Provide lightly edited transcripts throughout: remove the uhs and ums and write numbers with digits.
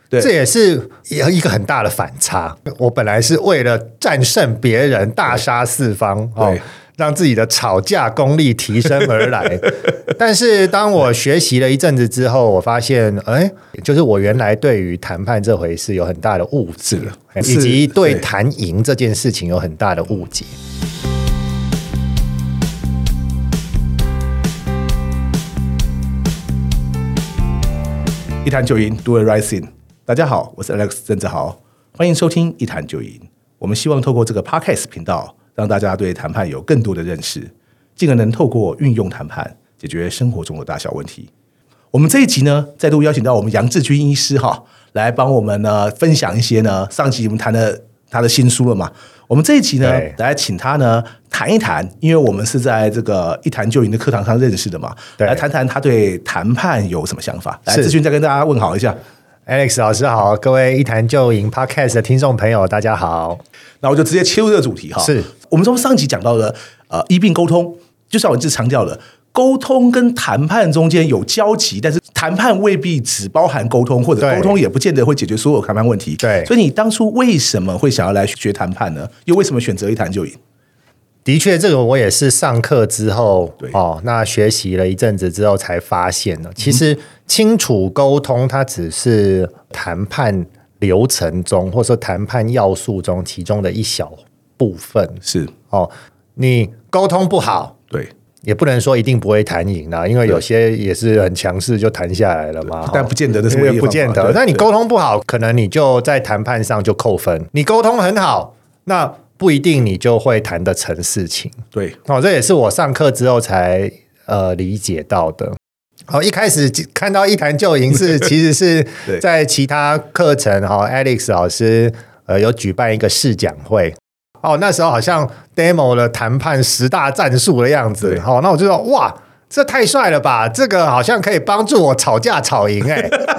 对， 这也是一个很大的反差。我本来是为了战胜别人，大杀四方，让自己的吵架功力提升而来。但是当我学习了一阵子之后，我发现，就是我原来对于谈判这回事有很大的误解，以及对谈赢这件事情有很大的误解。 一谈就赢 ，Do it right thing。大家好，我是 Alex 郑志豪，欢迎收听一谈就赢。我们希望透过这个 Podcast 频道，让大家对谈判有更多的认识，进而能透过运用谈判解决生活中的大小问题。我们这一集呢，再度邀请到我们杨志军医师来帮我们呢分享一些呢，上集我们谈了他的新书了嘛。我们这一集呢，来请他呢谈一谈，因为我们是在这个一谈就赢的课堂上认识的嘛，来谈谈他对谈判有什么想法。来，志军再跟大家问好一下。 Alex 老师好，各位一谈就赢 Podcast 的听众朋友，大家好。 那我就直接切入这个主题哈。 是我们从上集讲到了医病沟通，就像我一直强调了，沟通跟谈判中间有交集，但是谈判未必只包含沟通，或者沟通也不见得会解决所有谈判问题。 对， 所以你当初为什么会想要来学谈判呢？又为什么选择一谈就赢？ 的确，这个我也是上课之后那学习了一阵子之后才发现了。其实清楚沟通，它只是谈判流程中，或者说谈判要素中其中的一小部分。 是你沟通不好， 对， 也不能说一定不会谈赢啦，因为有些也是很强势就谈下来了嘛。 但不见得的是唯一方法， 不见得。那你沟通不好，可能你就在谈判上就扣分。你沟通很好，那不一定你就会谈得成事情。 对， 这也是我上课之后才理解到的。一开始看到一谈就赢其实是在其他课程Alex 老师有举办一个试讲会。那时候好像 demo 了谈判10大战术的样子。那我就说哇，这太帅了吧！这个好像可以帮助我吵架吵赢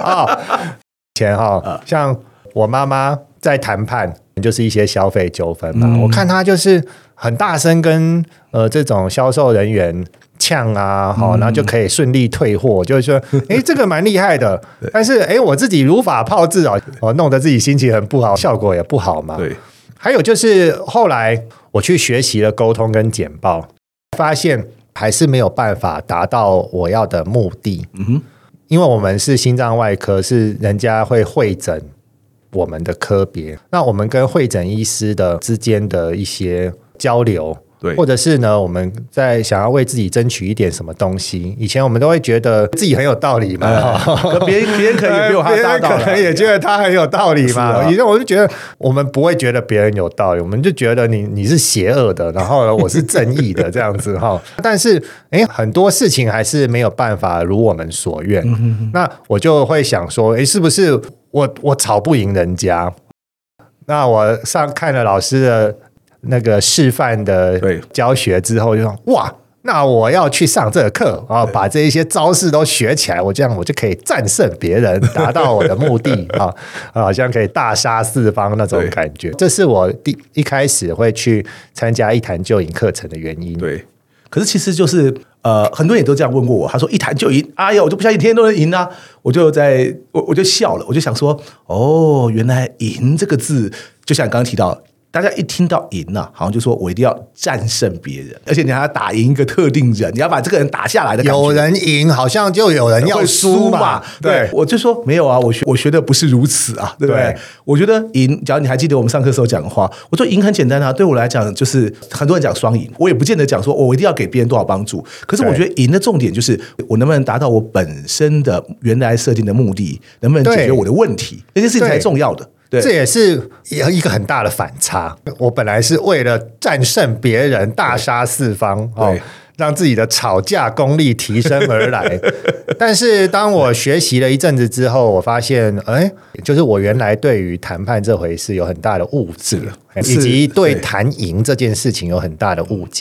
像我妈妈在谈判，就是一些消费纠纷嘛。我看她就是很大声跟这种销售人员呛啊，然后就可以顺利退货，就是说，这个蛮厉害的。但是我自己如法炮制弄得自己心情很不好，效果也不好嘛。 对。 还有就是后来我去学习了沟通跟简报，发现还是没有办法达到我要的目的。因为我们是心脏外科，是人家会会诊我们的科别，那我们跟会诊医师的之间的一些交流，对，或者是呢，我们在想要为自己争取一点什么东西，以前我们都会觉得自己很有道理嘛， 别人可能也没有他大道理，别人可能也觉得他很有道理嘛。以前我就觉得我们不会觉得别人有道理，我们就觉得你是邪恶的，然后我是正义的这样子但是很多事情还是没有办法如我们所愿。那我就会想说，是不是我吵不赢人家？那我看了老师的那个示范的教学之后，就说哇，那我要去上这个课把这一些招式都学起来，这样我就可以战胜别人，达到我的目的好像可以大杀四方那种感觉。这是我一开始会去参加一谈就赢课程的原因。 对，可是其实就是很多人也都这样问过我，他说一谈就赢，哎呀，我就不相信天天都能赢啊！我就笑了，我就想说，原来赢这个字，就像你刚刚提到，大家一听到赢好像就说我一定要战胜别人，而且你还要打赢一个特定人，你要把这个人打下来的感觉。 有人赢，好像就有人要输嘛。 对，我就说没有啊，我学的不是如此啊，对不对？我觉得赢，假如你还记得我们上课的时候讲的话，我说赢很简单啊，对我来讲就是很多人讲双赢，我也不见得讲说我一定要给别人多少帮助，可是我觉得赢的重点就是我能不能达到我本身的原来设定的目的，能不能解决我的问题，这件事情才重要的。 这也是一个很大的反差。我本来是为了战胜别人，大杀四方，让自己的吵架功力提升而来。但是当我学习了一阵子之后，我发现，就是我原来对于谈判这回事有很大的误解，以及对谈赢这件事情有很大的误解。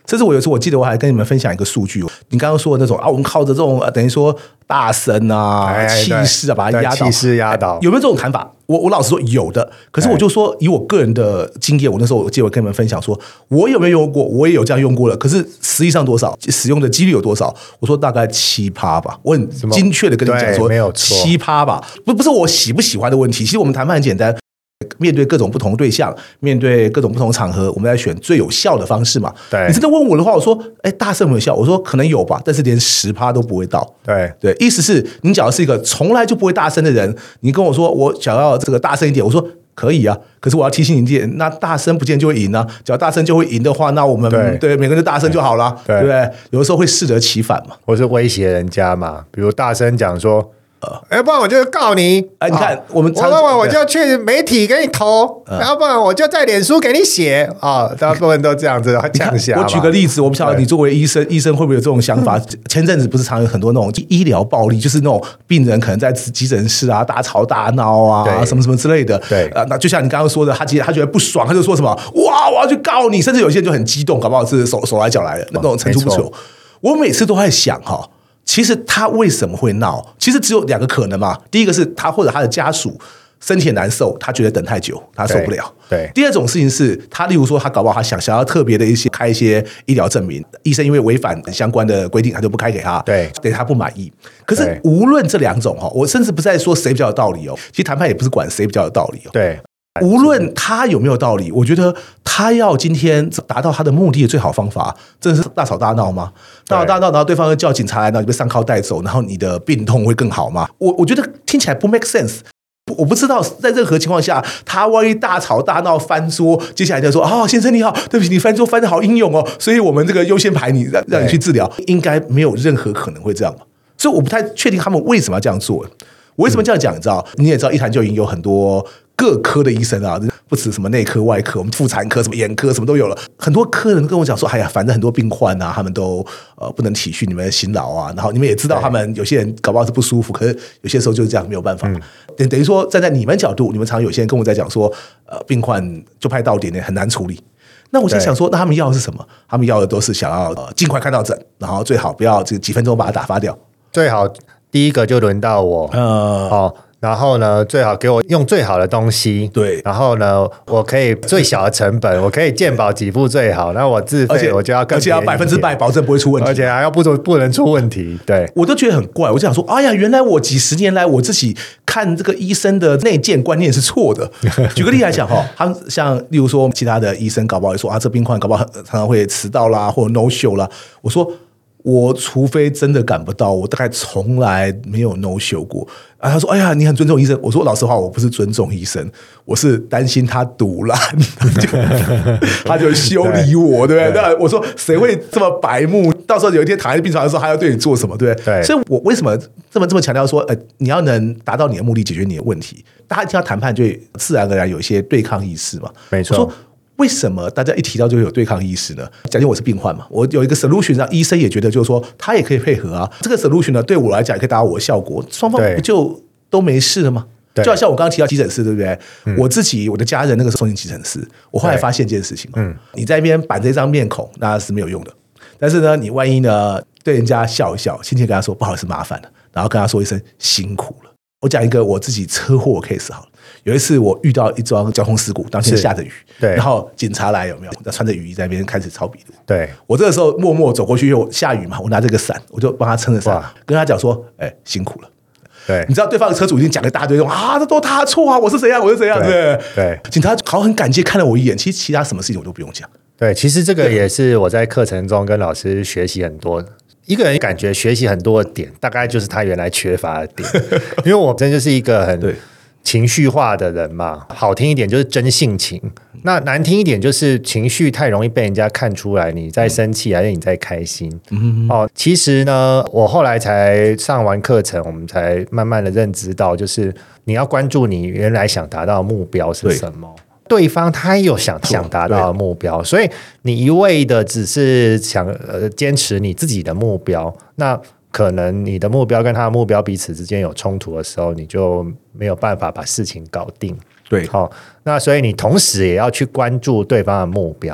甚至我有时候我记得我还跟你们分享一个数据，你刚刚说的那种我们靠着这种等于说大声啊、气势啊把它压倒， 气势压倒， 有没有这种谈法？我老实说有的，可是我就说以我个人的经验，我那时候我记得我跟你们分享说，我有没有用过？我也有这样用过了，可是实际上多少使用的几率有多少？我说大概7%吧，我很精确的跟你讲说， 没有错 7%吧，不是我喜不喜欢的问题。其实我们谈判很简单。面对各种不同的对象，面对各种不同的场合，我们来选最有效的方式嘛。 对， 你真的问我的话，我说，大声有没有效？我说可能有吧，但是连10%都不会到。 对， 意思是你假如是一个从来就不会大声的人，你跟我说我想要这个大声一点，我说可以啊，可是我要提醒你一点，那大声不见就会赢啊。只要大声就会赢的话，那我们对每个人就大声就好了，对不对？有的时候会适得其反嘛， 或是威胁人家嘛，比如大声讲说。不然我就告你！ 你看，我我就去媒体给你投，要不然我就在脸书给你写啊！大部分都这样子，降下。 我举个例子，我不晓得你作为医生，医生会不会有这种想法？前阵子不是常有很多那种医疗暴力，就是那种病人可能在急诊室啊大吵大闹啊，什么什么之类的。 对那就像你刚刚说的，他觉得不爽，他就说什么哇，我要去告你，甚至有些人就很激动，搞不好是手来脚来的那种层出不穷。我每次都在想哈。其实他为什么会闹？其实只有2个可能嘛。第一个是他或者他的家属身体难受，他觉得等太久，他受不了。 对。 第二种事情是他，例如说他搞不好他想要特别的开一些医疗证明，医生因为违反相关的规定，他就不开给他。 对。 对他不满意。可是无论这2种我甚至不在说谁比较有道理哦。其实谈判也不是管谁比较有道理哦。 对。 无论他有没有道理，我觉得他要今天达到他的目的的最好方法，真的是大吵大闹吗？大吵大闹，然后对方又叫警察来，然后你被上铐带走，然后你的病痛会更好吗？我觉得听起来不 make sense。我不知道在任何情况下，他万一大吵大闹翻桌，接下来就说先生你好，对不起，你翻桌翻得好英勇哦，所以我们这个优先排你，让你去治疗，应该没有任何可能会这样嘛。所以我不太确定他们为什么要这样做。我为什么这样讲？你知道，你也知道，一谈就赢有很多各科的医生啊，不止什么内科、外科，我们妇产科、什么眼科，什么都有了。很多科人跟我讲说，哎呀，反正很多病患啊，他们都不能体恤你们的辛劳啊。然后你们也知道，他们有些人搞不好是不舒服，可是有些时候就是这样，没有办法。等于说，站在你们角度，你们常有些人跟我在讲说，病患就拍到点很难处理。那我就想说，那他们要的是什么？他们要的都是想要尽快看到诊，然后最好不要这几分钟把它打发掉， 最好第一个就轮到我。然后呢，最好给我用最好的东西， 对。 然后呢，我可以最小的成本，我可以健保给付最好，那我自费我就要更， 而且要100%保证不会出问题， 而且还要不能出问题。对， 我都觉得很怪。我就想说，哎呀，原来我几十年来我自己看这个医生的内建观念是错的。举个例来讲他们像例如说其他的医生搞不好说这病患搞不好常常会迟到啦，或者 no show 啦。我说。我除非真的赶不到，我大概从来没有 no show 过。他说：“哎呀，你很尊重医生。”我说：“老实话，我不是尊重医生，我是担心他堵拦，他就修理我，对不对？那我说谁会这么白目？到时候有一天躺在病床的时候，他要对你做什么，对不对？所以我为什么这么强调说，你要能达到你的目的，解决你的问题？大家一听到谈判，就自然而然有一些对抗意识嘛。 没错。 为什么大家一提到就会有对抗意识呢？假定我是病患嘛，我有一个 solution 让医生也觉得就是说他也可以配合啊。这个 solution 呢，对我来讲也可以达到我的效果，双方不就都没事了吗？就好像我刚刚提到急诊室，对不对？我自己我的家人那个时候送进急诊室，我后来发现一件事情，你在那边板着一张面孔那是没有用的，但是呢，你万一呢对人家笑一笑，轻轻跟他说不好意思麻烦了，然后跟他说一声辛苦了。我讲一个我自己车祸 case 好了。有一次我遇到一桩交通事故，当天下着雨， 对， 然后警察来有没有？穿着雨衣在那边开始抄笔录。 对， 我这个时候默默走过去，因为下雨嘛，我拿这个伞，我就帮他撑着伞，跟他讲说：“辛苦了。” 对， 你知道对方的车主已经讲了一大堆，这都他错啊，我是怎样，对。警察好很感激看了我一眼，其实其他什么事情我都不用讲。 对，其实这个也是我在课程中跟老师学习很多的。一个人感觉学习很多的点，大概就是他原来缺乏的点。因为我真就是一个很情绪化的人嘛，好听一点就是真性情，那难听一点就是情绪太容易被人家看出来你在生气还是你在开心。其实呢，我后来才上完课程，我们才慢慢的认知到，就是你要关注你原来想达到的目标是什么。对方他有想达到的目标，所以你一味的只是想坚持你自己的目标，那可能你的目标跟他的目标彼此之间有冲突的时候，你就没有办法把事情搞定。 对， 那所以你同时也要去关注对方的目标。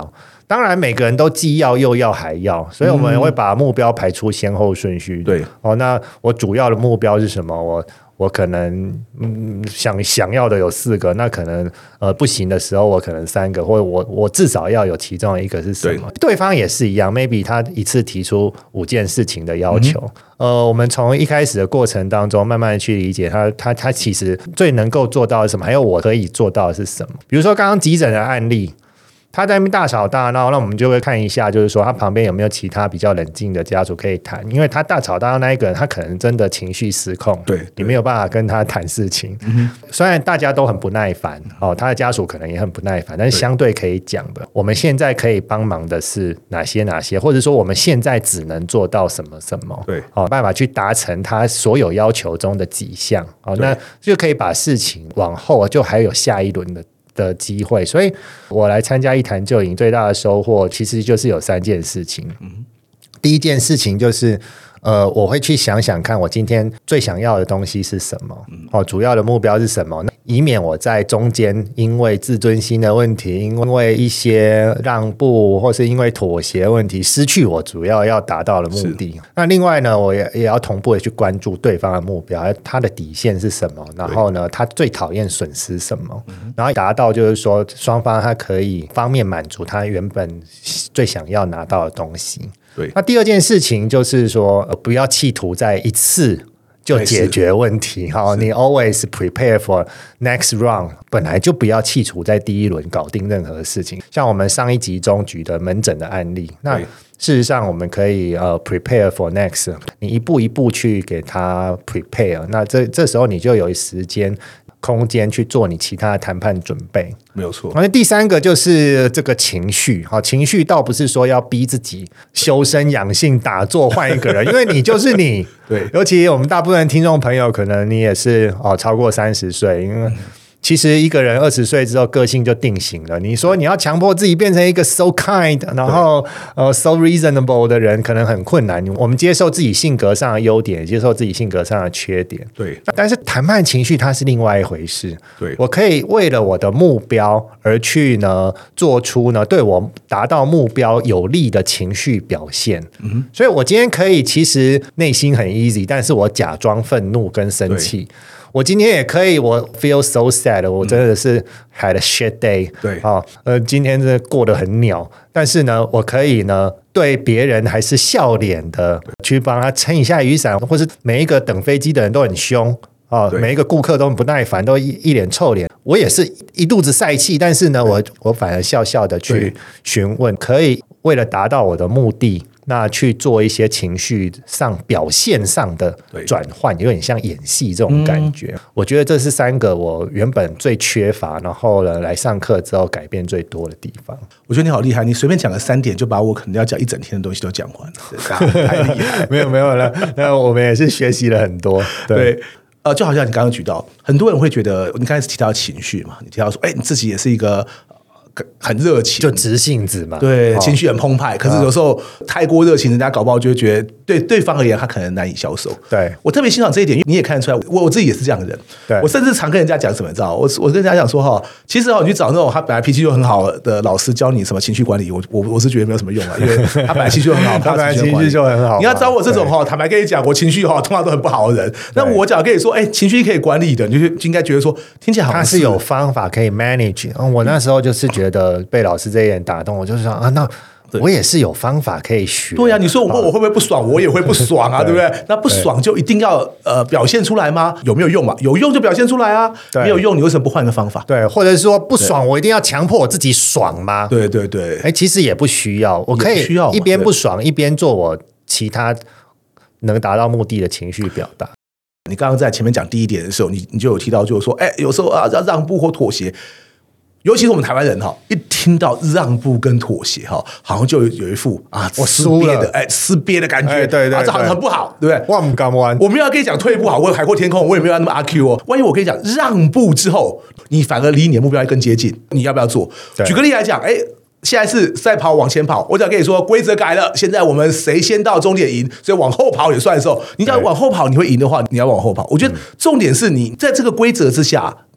当然每个人都既要又要还要，所以我们会把目标排出先后顺序。 对， 那我主要的目标是什么？我可能想要的有4个，那可能不行的时候我可能3个，或者我至少要有其中的一个是什么？对方也是一样 ，maybe 他一次提出5件事情的要求。我们从一开始的过程当中慢慢的去理解他其实最能够做到的是什么，还有我可以做到的是什么。比如说刚刚急诊的案例。他在那边大吵大闹，那我们就会看一下，就是说他旁边有没有其他比较冷静的家属可以谈，因为他大吵大闹那一个人，他可能真的情绪失控， 对， 你没有办法跟他谈事情。虽然大家都很不耐烦，他的家属可能也很不耐烦，但是相对可以讲的，我们现在可以帮忙的是哪些，或者说我们现在只能做到什么， 对， 办法去达成他所有要求中的几项，那就可以把事情往后就还有下一轮的机会，所以我来参加一谈就赢最大的收获其实就是有3件事情。第一件事情就是我会去想想看我今天最想要的东西是什么，主要的目标是什么，以免我在中间因为自尊心的问题，因为一些让步或是因为妥协问题失去我主要要达到的目的。那另外呢，我也要同步的去关注对方的目标，他的底线是什么，然后呢他最讨厌损失什么，然后达到就是说双方他可以方面满足他原本最想要拿到的东西。 对， 那第二件事情就是说，不要企图在一次就解决问题。你 always prepare for next round， 本来就不要企图在第一轮搞定任何事情。像我们上一集中举的门诊的案例，那事实上我们可以prepare for next， 你一步一步去给他 prepare， 那这时候你就有时间空间去做你其他的谈判准备， 没有错。 那第3个就是这个情绪，情绪倒不是说要逼自己修身养性打坐换一个人，因为你就是你。 对， 尤其我们大部分听众朋友，可能你也是超过30岁，因为其实一个人20岁之后个性就定型了。你说你要强迫自己变成一个 so kind， 然后so reasonable 的人，可能很困难。我们接受自己性格上的优点，也接受自己性格上的缺点。 对， 但是谈判情绪它是另外一回事。 对， 我可以为了我的目标而去呢，做出呢对我达到目标有利的情绪表现。所以我今天可以其实内心很 easy， 但是我假装愤怒跟生气。我今天也可以，我 feel so sad， 我真的是 had a shit day。 对， 今天真的过得很鸟，但是呢，我可以呢对别人还是笑脸的去帮他撑一下雨伞，或是每一个等飞机的人都很凶每一个顾客都很不耐烦，都一脸臭脸。我也是一肚子晒气，但是呢，我反而笑笑的去询问，可以为了达到我的目的。那去做一些情绪上表现上的转换，有点像演戏这种感觉。我觉得这是3个我原本最缺乏，然后呢来上课之后改变最多的地方。 我觉得你好厉害，你随便讲个3点就把我可能要讲一整天的东西都讲完了，太厉害。 没有了，那我们也是学习了很多。对。 就好像你刚刚举到，很多人会觉得，你刚开始提到情绪嘛，你提到说，你自己也是一个很热情， 就直性子嘛， 对，情绪很澎湃。可是有时候太过热情，人家搞不好就会觉得对方而言，他可能难以消受。 对，我特别欣赏这一点，因为你也看得出来，我自己也是这样的人。 对， 我甚至常跟人家讲什么，你知道？我跟人家讲说其实你去找那种他本来脾气就很好的老师教你什么情绪管理，我是觉得没有什么用啊，因为他本来情绪就很好， 他本来情绪就很好。 你要找我这种坦白跟你讲，我情绪通常都很不好的人。那我讲跟你说，情绪可以管理的，你就应该觉得说，听起来好像他是有方法可以 manage。我那时候就是觉得被老师这一点打动，我就是说那我也是有方法可以学。 对啊，你说我会不会不爽？我也会不爽啊，对不对？那不爽就一定要表现出来吗？有没有用嘛？有用就表现出来啊，没有用你为什么不换个方法？ 对，或者是说不爽我一定要强迫我自己爽吗？ 对对对， 其实也不需要，我可以一边不爽一边做我其他能达到目的的情绪表达。 你刚刚在前面讲第一点的时候，你就有提到，就是说，有时候要让步或妥协。尤其是我们台湾人一听到让步跟妥协好像就有一副我输了吃瘪的感觉， 对， 这好像很不好，对不对？ 我不敢玩， 我没有要跟你讲退步好，我有海阔天空，我也没有要那么阿 Q 万一我跟你讲让步之后，你反而离你的目标更接近，你要不要做？举个例来讲，现在是赛跑往前跑，我只要跟你说规则改了，现在我们谁先到终点赢，所以往后跑也算的时候，你只要往后跑你会赢的话，你要往后跑。我觉得重点是你在这个规则之下，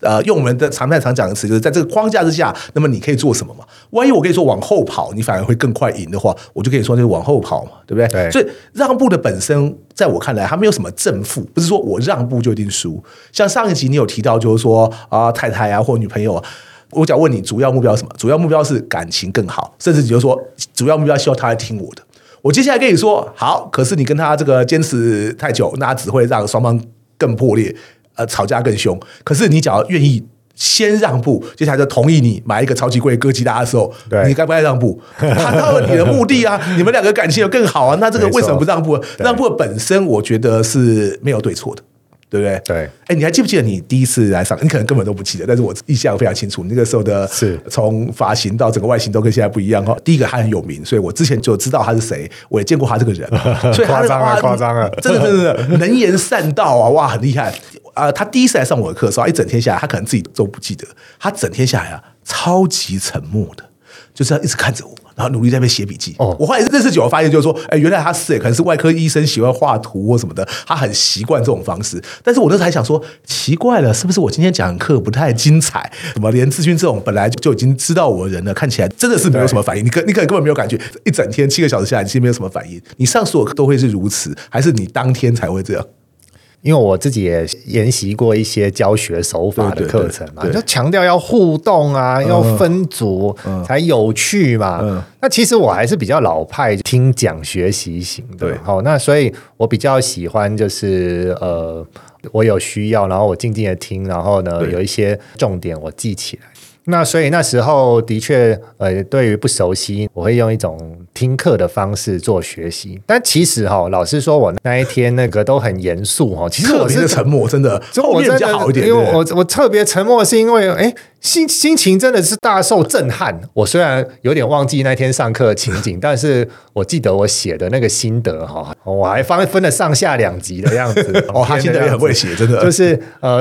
用我们的谈判常讲的词，就是在这个框架之下，那么你可以做什么嘛？万一我跟你说往后跑，你反而会更快赢的话，我就跟你说就是往后跑嘛，对不对？ 对。 所以让步的本身，在我看来，它没有什么正负，不是说我让步就一定输。像上一集你有提到，就是说太太啊或女朋友啊。我想问你，主要目标是什么？主要目标是感情更好，甚至你就说，主要目标希望他来听我的。我接下来跟你说，好，可是你跟他这个坚持太久，那只会让双方更破裂，吵架更凶。可是你只要愿意先让步，接下来就同意你买一个超级贵的哥吉拉的时候，你该不该让步？达到了你的目的啊，你们两个感情有更好啊，那这个为什么不让步？让步本身，我觉得是没有对错的。对不对？ 对， 哎，你还记不记得你第一次来上？你可能根本都不记得，但是我印象非常清楚。那个时候的， 是从发型到整个外形都跟现在不一样哈。第一个他很有名，所以我之前就知道他是谁，我也见过他这个人，所以他夸张了， 真的能言善道啊，哇，很厉害他第一次来上我的课的时候，一整天下来，他可能自己都不记得，他整天下来啊，超级沉默的，就是要一直看着我。然后努力在那边写笔记。我后来认识久了，发现就是说，原来他可能是外科医生，喜欢画图或什么的，他很习惯这种方式。但是我那时候还想说，奇怪了，是不是我今天讲课不太精彩？怎么连志勋这种本来就已经知道我的人了，看起来真的是没有什么反应？你可能根本没有感觉，一整天7个小时下来，你其实没有什么反应。你上所有课都会是如此，还是你当天才会这样？ 因为我自己也研习过一些教学手法的课程嘛，就强调要互动啊，要分组才有趣嘛。那其实我还是比较老派，听讲学习型的。好，那所以我比较喜欢就是我有需要，然后我静静的听，然后呢有一些重点我记起来。那所以那时候的确，对于不熟悉，我会用一种听课的方式做学习。但其实老实说，我那一天那个都很严肃其实我是沉默，真的，后面比较好一点。 因为我特别沉默，是因为心情真的是大受震撼。我虽然有点忘记那天上课的情景，但是我记得我写的那个心得我还分了上下2集的样子。 他心得也很会写，真的。 就是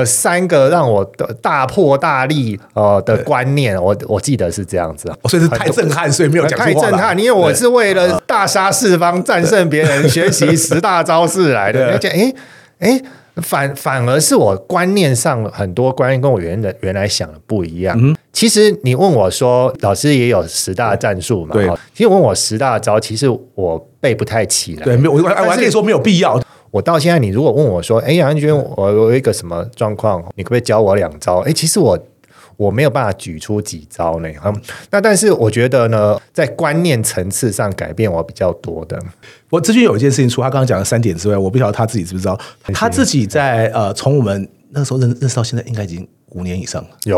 3个让我大破大立的观念，我记得是这样子。 所以是太震撼，所以没有讲出话来。 太震撼，因为我是为了大杀四方、战胜别人、学习10大招式来的。而且，反而是我观念上很多观念跟我原来想的不一样。其实你问我说，老师也有10大战术嘛？对。其实问我10大招，其实我背不太起来。 对，我还跟你说没有必要。 我到现在，你如果问我说，杨安娟，我有一个什么状况，你可不可以教我2招？其实我没有办法举出几招呢。那但是我觉得呢，在观念层次上改变我比较多的。 我之前有一件事情，除了他刚刚讲的3点之外，我不晓得他自己知不知道，他自己在从我们那个时候认识到现在，应该已经5年以上了。 有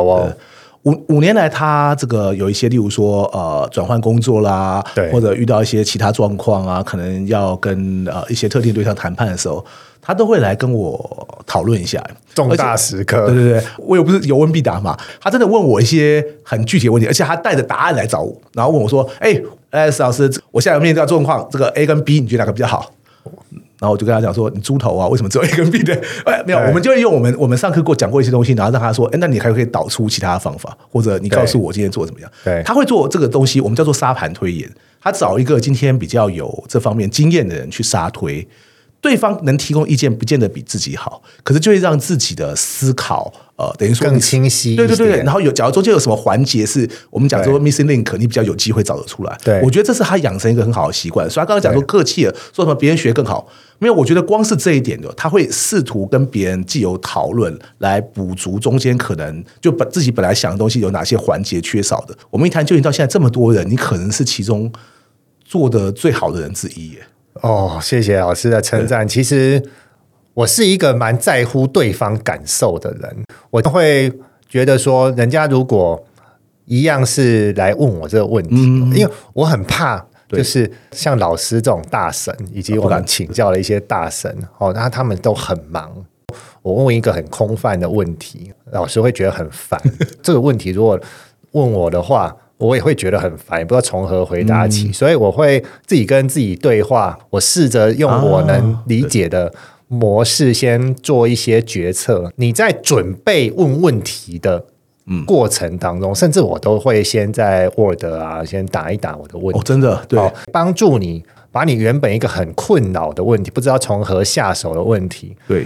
5年来，他这个有一些，例如说转换工作啦，或者遇到一些其他状况啊，可能要跟一些特定对象谈判的时候，他都会来跟我讨论一下重大时刻。 对，我又不是有问必答嘛，他真的问我一些很具体的问题，而且他带着答案来找我，然后问我说：“Alex 老师，我现在面对到状况，这个 A 跟 B， 你觉得哪个比较好？”然后我就跟他讲说：“你猪头啊，为什么只有 A 跟 B 的？没有，我们就会用我们上课讲过一些东西，然后让他说：那你还可以导出其他的方法，或者你告诉我今天做的怎么样？ 对， 他会做这个东西，我们叫做沙盘推演。他找一个今天比较有这方面经验的人去沙推。”对方能提供意见，不见得比自己好，可是就会让自己的思考，等于说更清晰一点。 对。然后假如中间有什么环节是我们讲说 missing link， 你比较有机会找得出来。 对， 我觉得这是他养成一个很好的习惯。所以他刚刚讲说客气了，说什么别人学更好，没有。我觉得光是这一点的，他会试图跟别人既有讨论，来补足中间可能就把自己本来想的东西有哪些环节缺少的。我们一谈就已经到现在这么多人，你可能是其中做的最好的人之一耶。 谢谢老师的称赞。其实我是一个蛮在乎对方感受的人，我会觉得说，人家如果一样是来问我这个问题，因为我很怕，就是像老师这种大神，以及我们请教的一些大神，那他们都很忙。我问一个很空泛的问题，老师会觉得很烦。这个问题如果问我的话，我也会觉得很烦，也不知道从何回答起，所以我会自己跟自己对话，我试着用我能理解的模式先做一些决策。你在准备问问题的过程当中，甚至我都会先在 Word 先打一打我的问题。 真的对， 帮助你把你原本一个很困扰的问题，不知道从何下手的问题， 对，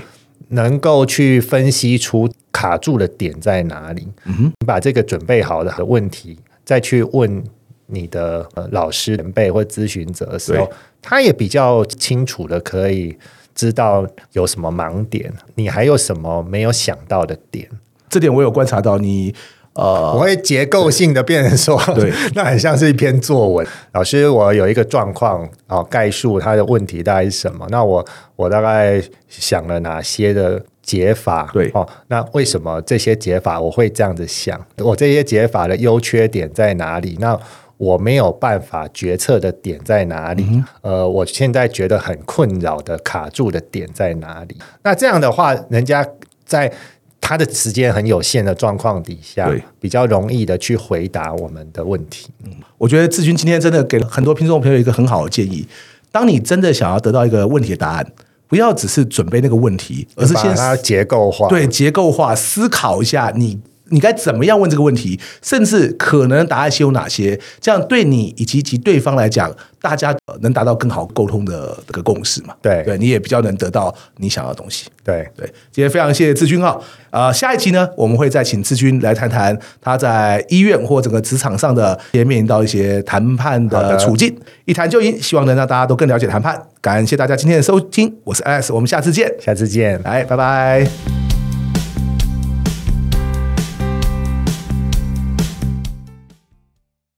能够去分析出卡住的点在哪里。你把这个准备好的问题再去问你的老师前辈或咨询者的时候，他也比较清楚的可以知道有什么盲点，你还有什么没有想到的点。 这点我有观察到你。 我会结构性的变成说，对，那很像是一篇作文。老师，我有一个状况，概述他的问题大概是什么？那我大概想了哪些的解法？ 对， 那为什么这些解法我会这样子想？我这些解法的优缺点在哪里？那我没有办法决策的点在哪里？我现在觉得很困扰的卡住的点在哪里？那这样的话，人家在他的时间很有限的状况底下，比较容易的去回答我们的问题。 我觉得志军今天真的给了很多听众朋友一个很好的建议。当你真的想要得到一个问题的答案，不要只是准备那个问题，而是先把它结构化。 对，结构化思考一下你该怎么样问这个问题，甚至可能答案是有哪些，这样对你以及对方来讲，大家能达到更好沟通的这个共识嘛？ 对， 你也比较能得到你想要的东西。 对， 今天非常谢谢志军下一集呢，我们会再请志军来谈谈他在医院或整个职场上的面临到一些谈判的处境，一谈就赢，希望能让大家都更了解谈判。感谢大家今天的收听，我是 Alex， 我们下次见， 下次见， 来，拜拜。